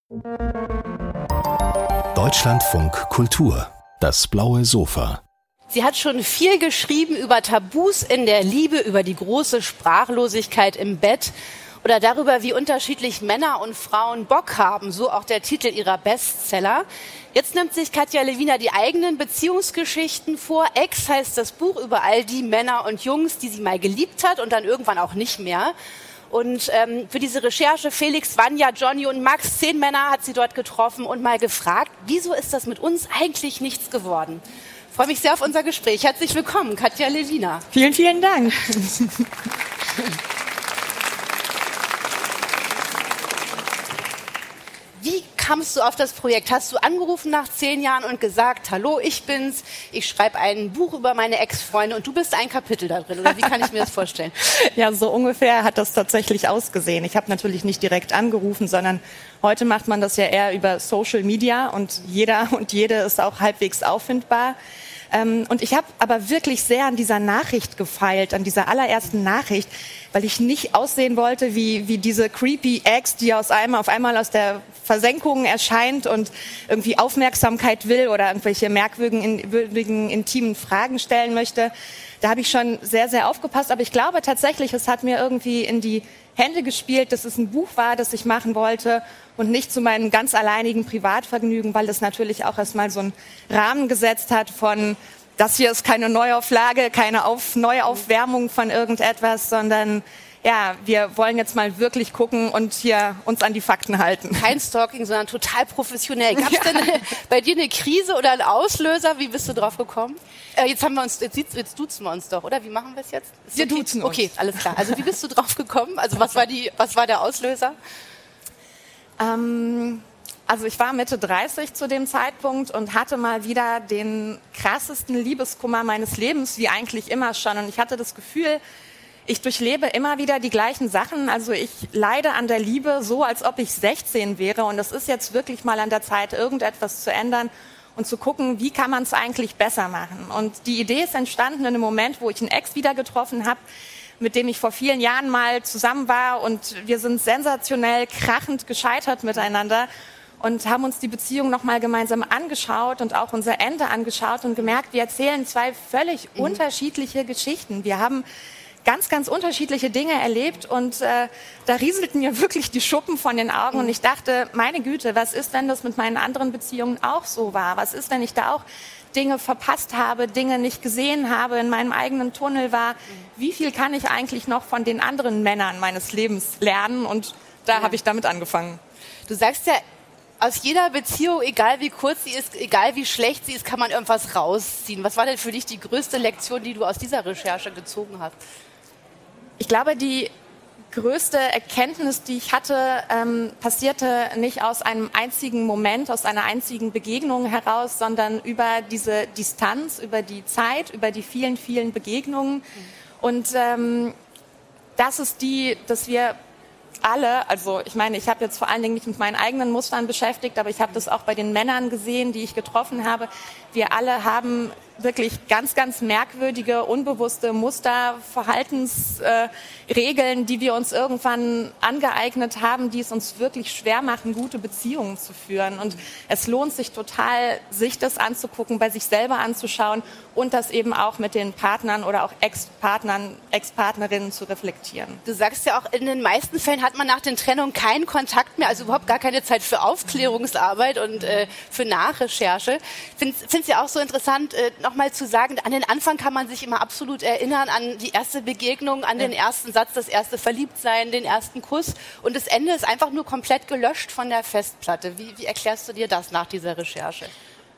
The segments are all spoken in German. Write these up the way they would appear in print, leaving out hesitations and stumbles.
Deutschlandfunk Kultur, das blaue Sofa. Sie hat schon viel geschrieben über Tabus in der Liebe, über die große Sprachlosigkeit im Bett oder darüber, wie unterschiedlich Männer und Frauen Bock haben, so auch der Titel ihrer Bestseller. Jetzt nimmt sich Katja Lewiner die eigenen Beziehungsgeschichten vor. Ex heißt das Buch über all die Männer und Jungs, die sie mal geliebt hat und dann irgendwann auch nicht mehr. Und für diese Recherche Felix, Vanja, Johnny und Max, 10 Männer hat sie dort getroffen und mal gefragt, wieso ist das mit uns eigentlich nichts geworden? Ich freue mich sehr auf unser Gespräch. Herzlich willkommen, Katja Lewiner. Vielen, vielen Dank. Wie kamst du auf das Projekt? Hast du angerufen nach 10 Jahren und gesagt, hallo, ich bin's, ich schreibe ein Buch über meine Ex-Freunde und du bist ein Kapitel da drin? Oder wie kann ich mir das vorstellen? Ja, so ungefähr hat das tatsächlich ausgesehen. Ich habe natürlich nicht direkt angerufen, sondern heute macht man das ja eher über Social Media und jeder und jede ist auch halbwegs auffindbar. Und ich habe aber wirklich sehr an dieser Nachricht gefeilt, an dieser allerersten Nachricht, weil ich nicht aussehen wollte wie diese creepy Ex, die auf einmal aus der Versenkung erscheint und irgendwie Aufmerksamkeit will oder irgendwelche merkwürdigen, intimen Fragen stellen möchte. Da habe ich schon sehr, sehr aufgepasst. Aber ich glaube tatsächlich, es hat mir irgendwie in die Hände gespielt, dass es ein Buch war, das ich machen wollte und nicht zu meinem ganz alleinigen Privatvergnügen, weil das natürlich auch erstmal so einen Rahmen gesetzt hat von, das hier ist keine Neuauflage, keine Neuaufwärmung von irgendetwas, sondern ja, wir wollen jetzt mal wirklich gucken und hier uns an die Fakten halten. Kein Stalking, sondern total professionell. Gab es denn bei dir eine Krise oder einen Auslöser? Wie bist du drauf gekommen? Jetzt duzen wir uns doch, oder? Wie machen wir es jetzt? Wir duzen uns. Okay, alles klar. Also wie bist du drauf gekommen? Also was war der Auslöser? Also ich war Mitte 30 zu dem Zeitpunkt und hatte mal wieder den krassesten Liebeskummer meines Lebens, wie eigentlich immer schon. Und ich hatte das Gefühl, ich durchlebe immer wieder die gleichen Sachen. Also ich leide an der Liebe so, als ob ich 16 wäre. Und es ist jetzt wirklich mal an der Zeit, irgendetwas zu ändern und zu gucken, wie kann man es eigentlich besser machen. Und die Idee ist entstanden in einem Moment, wo ich einen Ex wieder getroffen habe, mit dem ich vor vielen Jahren mal zusammen war. Und wir sind sensationell krachend gescheitert miteinander und haben uns die Beziehung nochmal gemeinsam angeschaut und auch unser Ende angeschaut und gemerkt, wir erzählen 2 völlig unterschiedliche Geschichten. Wir haben ganz, ganz unterschiedliche Dinge erlebt und da rieselten mir wirklich die Schuppen von den Augen und ich dachte, meine Güte, was ist, wenn das mit meinen anderen Beziehungen auch so war? Was ist, wenn ich da auch Dinge verpasst habe, Dinge nicht gesehen habe, in meinem eigenen Tunnel war? Wie viel kann ich eigentlich noch von den anderen Männern meines Lebens lernen? Und da habe ich damit angefangen. Du sagst ja, aus jeder Beziehung, egal wie kurz sie ist, egal wie schlecht sie ist, kann man irgendwas rausziehen. Was war denn für dich die größte Lektion, die du aus dieser Recherche gezogen hast? Ich glaube, die größte Erkenntnis, die ich hatte, passierte nicht aus einem einzigen Moment, aus einer einzigen Begegnung heraus, sondern über diese Distanz, über die Zeit, über die vielen, vielen Begegnungen. Und das ist dass wir alle, also ich meine, ich habe jetzt vor allen Dingen mich mit meinen eigenen Mustern beschäftigt, aber ich habe das auch bei den Männern gesehen, die ich getroffen habe. Wir alle haben wirklich ganz, ganz merkwürdige, unbewusste Muster, Verhaltensregeln, die wir uns irgendwann angeeignet haben, die es uns wirklich schwer machen, gute Beziehungen zu führen. Und es lohnt sich total, sich das anzugucken, bei sich selber anzuschauen und das eben auch mit den Partnern oder auch Ex-Partnern, Ex-Partnerinnen zu reflektieren. Du sagst ja auch, in den meisten Fällen hat man nach den Trennungen keinen Kontakt mehr, also überhaupt gar keine Zeit für Aufklärungsarbeit und für Nachrecherche. Ich finde es ja auch so interessant, nochmal zu sagen, an den Anfang kann man sich immer absolut erinnern, an die erste Begegnung, an den ersten Satz, das erste Verliebtsein, den ersten Kuss. Und das Ende ist einfach nur komplett gelöscht von der Festplatte. Wie erklärst du dir das nach dieser Recherche?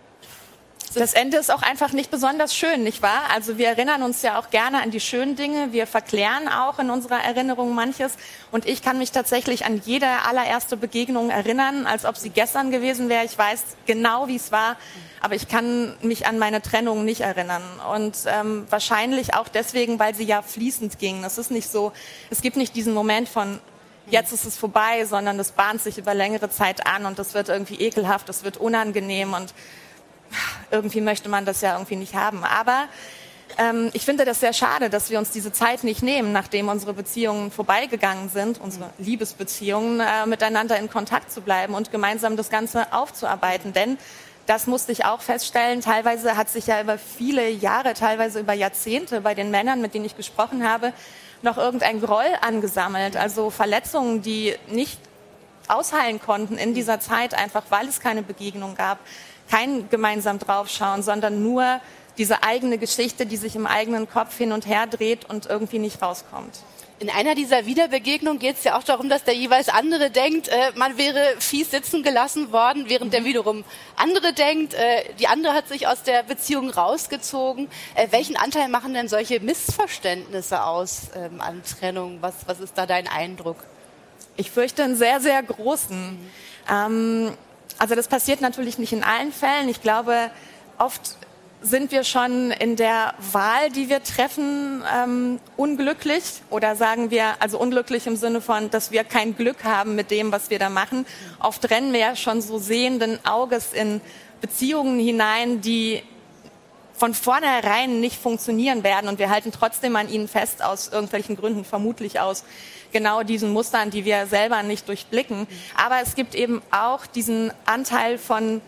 Das Ende ist auch einfach nicht besonders schön, nicht wahr? Also wir erinnern uns ja auch gerne an die schönen Dinge. Wir verklären auch in unserer Erinnerung manches. Und ich kann mich tatsächlich an jede allererste Begegnung erinnern, als ob sie gestern gewesen wäre. Ich weiß genau, wie es war, aber ich kann mich an meine Trennung nicht erinnern. Und wahrscheinlich auch deswegen, weil sie ja fließend ging. Es ist nicht so, es gibt nicht diesen Moment von jetzt ist es vorbei, sondern das bahnt sich über längere Zeit an und das wird irgendwie ekelhaft, das wird unangenehm und irgendwie möchte man das ja irgendwie nicht haben. Aber ich finde das sehr schade, dass wir uns diese Zeit nicht nehmen, nachdem unsere Beziehungen vorbeigegangen sind, unsere Liebesbeziehungen, miteinander in Kontakt zu bleiben und gemeinsam das Ganze aufzuarbeiten. Denn das musste ich auch feststellen. Teilweise hat sich ja über viele Jahre, teilweise über Jahrzehnte bei den Männern, mit denen ich gesprochen habe, noch irgendein Groll angesammelt. Also Verletzungen, die nicht ausheilen konnten in dieser Zeit, einfach weil es keine Begegnung gab. Kein gemeinsam draufschauen, sondern nur diese eigene Geschichte, die sich im eigenen Kopf hin und her dreht und irgendwie nicht rauskommt. In einer dieser Wiederbegegnungen geht es ja auch darum, dass der jeweils andere denkt, man wäre fies sitzen gelassen worden, während der wiederum andere denkt, die andere hat sich aus der Beziehung rausgezogen. Welchen Anteil machen denn solche Missverständnisse aus an Trennung? Was ist da dein Eindruck? Ich fürchte einen sehr, sehr großen. Also das passiert natürlich nicht in allen Fällen. Ich glaube, oft sind wir schon in der Wahl, die wir treffen, unglücklich, oder sagen wir, also unglücklich im Sinne von, dass wir kein Glück haben mit dem, was wir da machen. Oft rennen wir ja schon so sehenden Auges in Beziehungen hinein, die von vornherein nicht funktionieren werden, und wir halten trotzdem an ihnen fest, aus irgendwelchen Gründen, vermutlich aus genau diesen Mustern, die wir selber nicht durchblicken. Aber es gibt eben auch diesen Anteil von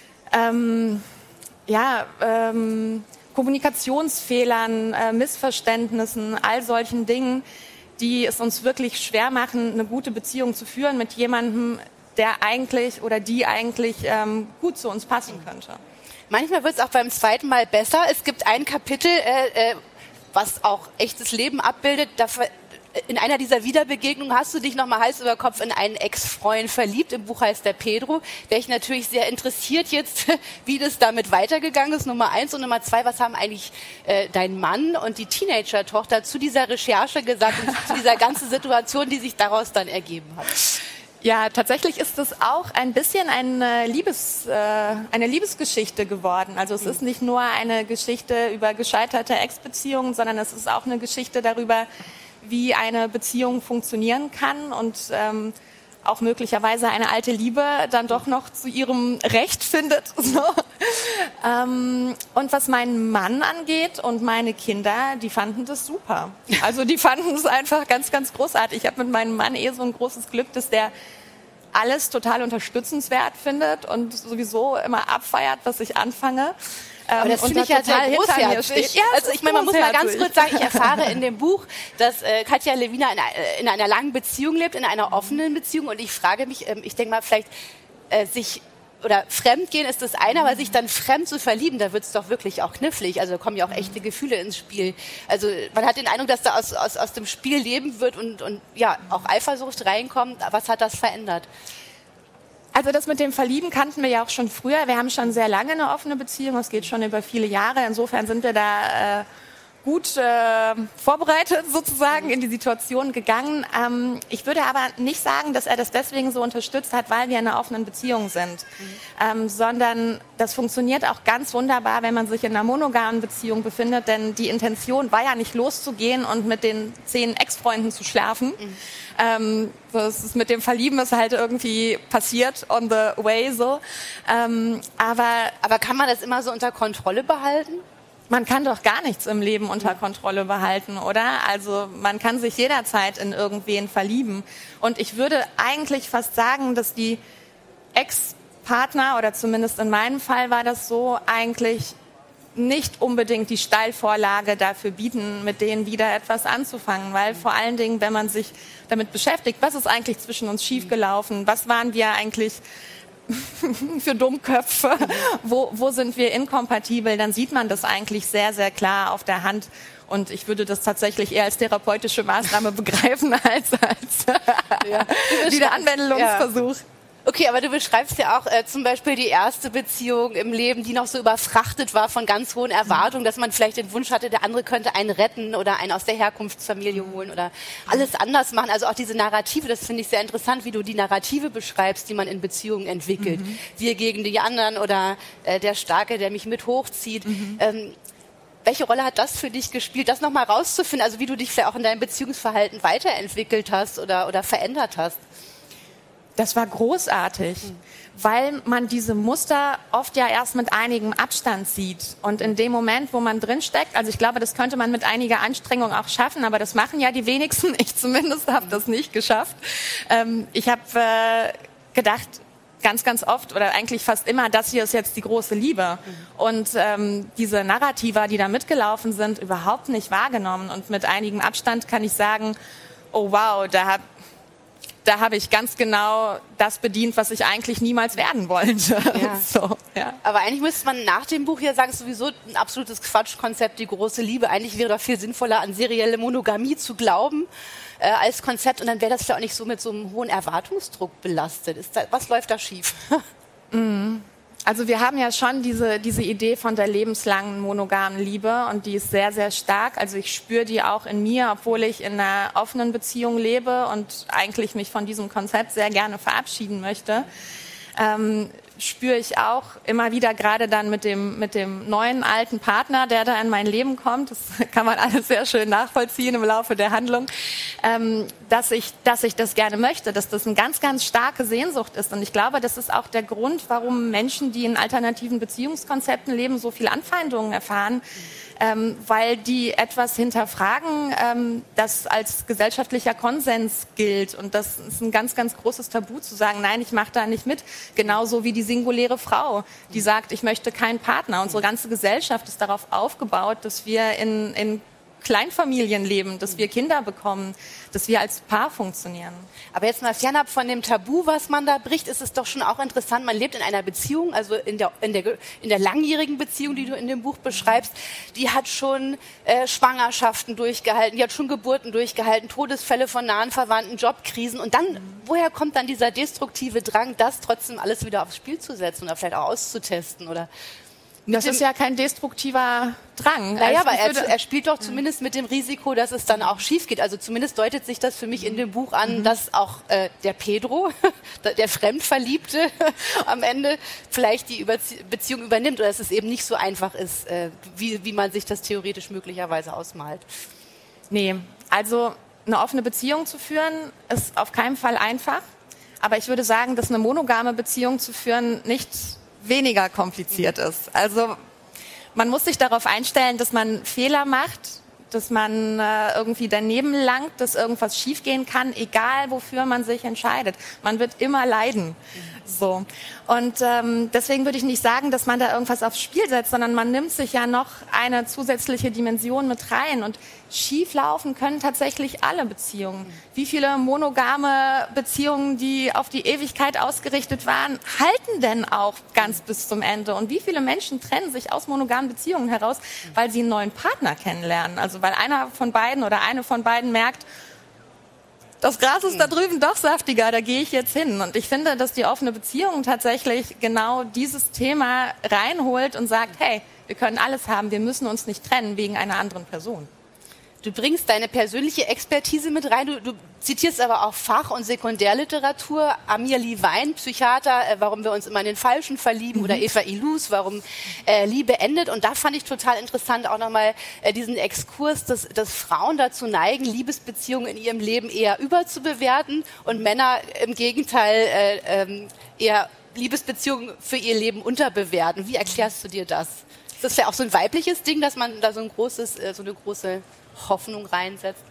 Kommunikationsfehlern, Missverständnissen, all solchen Dingen, die es uns wirklich schwer machen, eine gute Beziehung zu führen mit jemandem, der eigentlich oder die eigentlich gut zu uns passen könnte. Manchmal wird es auch beim zweiten Mal besser. Es gibt ein Kapitel, was auch echtes Leben abbildet. In einer dieser Wiederbegegnungen hast du dich nochmal Hals über Kopf in einen Ex-Freund verliebt. Im Buch heißt der Pedro. Wäre ich natürlich sehr interessiert jetzt, wie das damit weitergegangen ist. Nummer 1 und Nummer 2, was haben eigentlich dein Mann und die Teenager-Tochter zu dieser Recherche gesagt und zu dieser ganzen Situation, die sich daraus dann ergeben hat? Ja, tatsächlich ist es auch ein bisschen eine Liebesgeschichte geworden. Also es ist nicht nur eine Geschichte über gescheiterte Ex-Beziehungen, sondern es ist auch eine Geschichte darüber, wie eine Beziehung funktionieren kann und auch möglicherweise eine alte Liebe dann doch noch zu ihrem Recht findet. So. Und was meinen Mann angeht und meine Kinder, die fanden das super. Also die fanden es einfach ganz, ganz großartig. Ich habe mit meinem Mann so ein großes Glück, dass der alles total unterstützenswert findet und sowieso immer abfeiert, was ich anfange. Aber das finde ich ja sehr großherzig. Ja, also ich meine, man muss mal ganz kurz sagen, ich erfahre in dem Buch, dass Katja Lewina in einer langen Beziehung lebt, in einer offenen Beziehung, und ich frage mich, ich denke mal, vielleicht Fremdgehen ist das eine, aber sich dann fremd zu verlieben, da wird es doch wirklich auch knifflig. Also da kommen ja auch echte Gefühle ins Spiel. Also man hat den Eindruck, dass da aus dem Spiel Leben wird und ja, auch Eifersucht reinkommt. Was hat das verändert? Also das mit dem Verlieben kannten wir ja auch schon früher. Wir haben schon sehr lange eine offene Beziehung. Es geht schon über viele Jahre. Insofern sind wir da gut vorbereitet sozusagen in die Situation gegangen. Ich würde aber nicht sagen, dass er das deswegen so unterstützt hat, weil wir in einer offenen Beziehung sind, sondern das funktioniert auch ganz wunderbar, wenn man sich in einer monogamen Beziehung befindet, denn die Intention war ja nicht loszugehen und mit den 10 Ex-Freunden zu schlafen. Das ist mit dem Verlieben ist halt irgendwie passiert on the way so. Aber kann man das immer so unter Kontrolle behalten? Man kann doch gar nichts im Leben unter Kontrolle behalten, oder? Also man kann sich jederzeit in irgendwen verlieben. Und ich würde eigentlich fast sagen, dass die Ex-Partner, oder zumindest in meinem Fall war das so, eigentlich nicht unbedingt die Steilvorlage dafür bieten, mit denen wieder etwas anzufangen. Weil vor allen Dingen, wenn man sich damit beschäftigt, was ist eigentlich zwischen uns schiefgelaufen, was waren wir eigentlich für Dummköpfe, wo sind wir inkompatibel, dann sieht man das eigentlich sehr, sehr klar auf der Hand. Und ich würde das tatsächlich eher als therapeutische Maßnahme begreifen, als wieder Anwendungsversuch. Ja. Okay, aber du beschreibst ja auch zum Beispiel die erste Beziehung im Leben, die noch so überfrachtet war von ganz hohen Erwartungen, dass man vielleicht den Wunsch hatte, der andere könnte einen retten oder einen aus der Herkunftsfamilie holen oder alles anders machen. Also auch diese Narrative, das finde ich sehr interessant, wie du die Narrative beschreibst, die man in Beziehungen entwickelt. Wir gegen die anderen oder der Starke, der mich mit hochzieht. Welche Rolle hat das für dich gespielt, das nochmal rauszufinden, also wie du dich vielleicht auch in deinem Beziehungsverhalten weiterentwickelt hast oder verändert hast? Das war großartig, weil man diese Muster oft ja erst mit einigem Abstand sieht. Und in dem Moment, wo man drinsteckt, also ich glaube, das könnte man mit einiger Anstrengung auch schaffen, aber das machen ja die wenigsten. Ich zumindest habe das nicht geschafft. Ich habe gedacht, ganz, ganz oft oder eigentlich fast immer, das hier ist jetzt die große Liebe. Und diese Narrativa, die da mitgelaufen sind, überhaupt nicht wahrgenommen. Und mit einigem Abstand kann ich sagen, oh wow, da habe ich ganz genau das bedient, was ich eigentlich niemals werden wollte. Ja. So, ja. Aber eigentlich müsste man nach dem Buch ja sagen, es ist sowieso ein absolutes Quatschkonzept, die große Liebe. Eigentlich wäre doch viel sinnvoller, an serielle Monogamie zu glauben als Konzept. Und dann wäre das ja auch nicht so mit so einem hohen Erwartungsdruck belastet. Was läuft da schief? Also wir haben ja schon diese Idee von der lebenslangen monogamen Liebe und die ist sehr, sehr stark. Also ich spüre die auch in mir, obwohl ich in einer offenen Beziehung lebe und eigentlich mich von diesem Konzept sehr gerne verabschieden möchte. Spüre ich auch immer wieder, gerade dann mit dem neuen alten Partner, der da in mein Leben kommt, das kann man alles sehr schön nachvollziehen im Laufe der Handlung, dass ich das gerne möchte, dass das eine ganz, ganz starke Sehnsucht ist. Und ich glaube, das ist auch der Grund, warum Menschen, die in alternativen Beziehungskonzepten leben, so viel Anfeindungen erfahren, weil die etwas hinterfragen, das als gesellschaftlicher Konsens gilt. Und das ist ein ganz, ganz großes Tabu zu sagen, nein, ich mache da nicht mit. Genauso wie die singuläre Frau, die sagt, ich möchte keinen Partner. Unsere ganze Gesellschaft ist darauf aufgebaut, dass wir in Kleinfamilien leben, dass wir Kinder bekommen, dass wir als Paar funktionieren. Aber jetzt mal fernab von dem Tabu, was man da bricht, ist es doch schon auch interessant, man lebt in einer Beziehung, also in der langjährigen Beziehung, die du in dem Buch beschreibst, die hat schon Schwangerschaften durchgehalten, die hat schon Geburten durchgehalten, Todesfälle von nahen Verwandten, Jobkrisen und dann, woher kommt dann dieser destruktive Drang, das trotzdem alles wieder aufs Spiel zu setzen oder vielleicht auch auszutesten oder... Das ist ja kein destruktiver Drang. Naja, aber er spielt doch zumindest mit dem Risiko, dass es dann auch schief geht. Also zumindest deutet sich das für mich in dem Buch an, dass auch der Pedro, der Fremdverliebte, am Ende vielleicht die Beziehung übernimmt oder dass es eben nicht so einfach ist, wie man sich das theoretisch möglicherweise ausmalt. Nee, also eine offene Beziehung zu führen, ist auf keinen Fall einfach. Aber ich würde sagen, dass eine monogame Beziehung zu führen nicht weniger kompliziert ist. Also man muss sich darauf einstellen, dass man Fehler macht, dass man irgendwie daneben langt, dass irgendwas schiefgehen kann, egal wofür man sich entscheidet. Man wird immer leiden. So. Und deswegen würde ich nicht sagen, dass man da irgendwas aufs Spiel setzt, sondern man nimmt sich ja noch eine zusätzliche Dimension mit rein. Und schieflaufen können tatsächlich alle Beziehungen. Wie viele monogame Beziehungen, die auf die Ewigkeit ausgerichtet waren, halten denn auch ganz bis zum Ende? Und wie viele Menschen trennen sich aus monogamen Beziehungen heraus, weil sie einen neuen Partner kennenlernen? Also weil einer von beiden oder eine von beiden merkt, das Gras ist da drüben doch saftiger, da gehe ich jetzt hin. Und ich finde, dass die offene Beziehung tatsächlich genau dieses Thema reinholt und sagt, hey, wir können alles haben, wir müssen uns nicht trennen wegen einer anderen Person. Du bringst deine persönliche Expertise mit rein. Du zitierst aber auch Fach- und Sekundärliteratur. Amir Levine, Psychiater, warum wir uns immer in den Falschen verlieben, oder Eva Illouz, warum Liebe endet. Und da fand ich total interessant auch nochmal diesen Exkurs, dass Frauen dazu neigen, Liebesbeziehungen in ihrem Leben eher überzubewerten und Männer im Gegenteil eher Liebesbeziehungen für ihr Leben unterbewerten. Wie erklärst du dir das? Ist das ja auch so ein weibliches Ding, dass man da so eine große Hoffnung reinsetzt?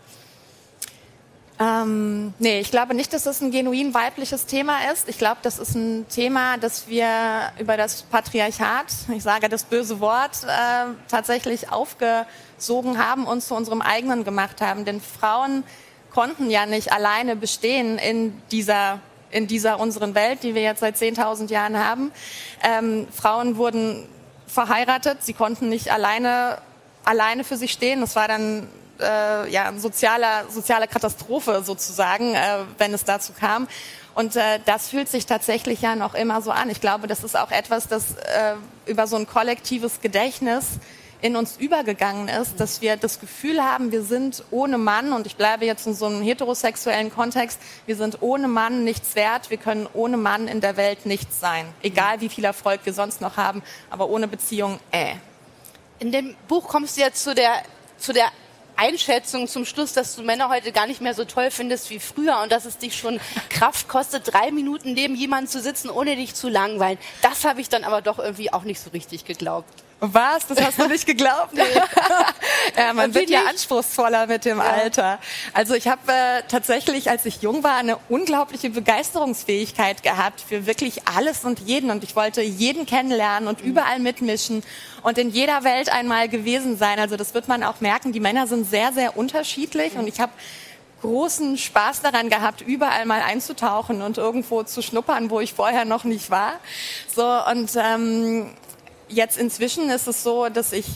Nee, ich glaube nicht, dass das ein genuin weibliches Thema ist. Ich glaube, das ist ein Thema, das wir über das Patriarchat, ich sage das böse Wort, tatsächlich aufgesogen haben und zu unserem eigenen gemacht haben. Denn Frauen konnten ja nicht alleine bestehen in dieser unseren Welt, die wir jetzt seit 10.000 Jahren haben. Frauen wurden verheiratet, sie konnten nicht alleine für sich stehen. Das war dann eine soziale Katastrophe sozusagen, wenn es dazu kam. Und das fühlt sich tatsächlich ja noch immer so an. Ich glaube, das ist auch etwas, das über so ein kollektives Gedächtnis in uns übergegangen ist, dass wir das Gefühl haben, wir sind ohne Mann, und ich bleibe jetzt in so einem heterosexuellen Kontext, wir sind ohne Mann nichts wert, wir können ohne Mann in der Welt nichts sein. Egal wie viel Erfolg wir sonst noch haben, aber ohne Beziehung, In dem Buch kommst du ja zu der Einschätzung zum Schluss, dass du Männer heute gar nicht mehr so toll findest wie früher und dass es dich schon Kraft kostet, 3 Minuten neben jemandem zu sitzen, ohne dich zu langweilen. Das habe ich dann aber doch irgendwie auch nicht so richtig geglaubt. Was? Das hast du nicht geglaubt? Nee. Ja, man wird ja anspruchsvoller mit dem Alter. Also ich habe tatsächlich, als ich jung war, eine unglaubliche Begeisterungsfähigkeit gehabt für wirklich alles und jeden. Und ich wollte jeden kennenlernen und überall mitmischen und in jeder Welt einmal gewesen sein. Also das wird man auch merken. Die Männer sind sehr, sehr unterschiedlich und ich habe großen Spaß daran gehabt, überall mal einzutauchen und irgendwo zu schnuppern, wo ich vorher noch nicht war. So und jetzt inzwischen ist es so, dass ich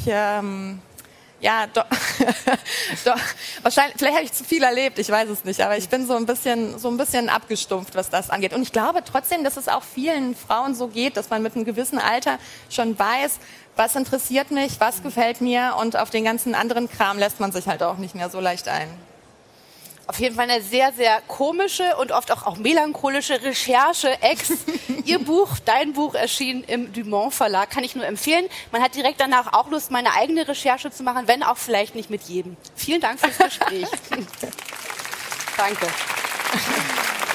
wahrscheinlich, vielleicht habe ich zu viel erlebt, ich weiß es nicht, aber ich bin so ein bisschen abgestumpft, was das angeht. Und ich glaube trotzdem, dass es auch vielen Frauen so geht, dass man mit einem gewissen Alter schon weiß, was interessiert mich, was gefällt mir und auf den ganzen anderen Kram lässt man sich halt auch nicht mehr so leicht ein. Auf jeden Fall eine sehr, sehr komische und oft auch melancholische Recherche. Ihr Buch, dein Buch, erschien im Dumont Verlag, kann ich nur empfehlen. Man hat direkt danach auch Lust, meine eigene Recherche zu machen, wenn auch vielleicht nicht mit jedem. Vielen Dank fürs Gespräch. Danke.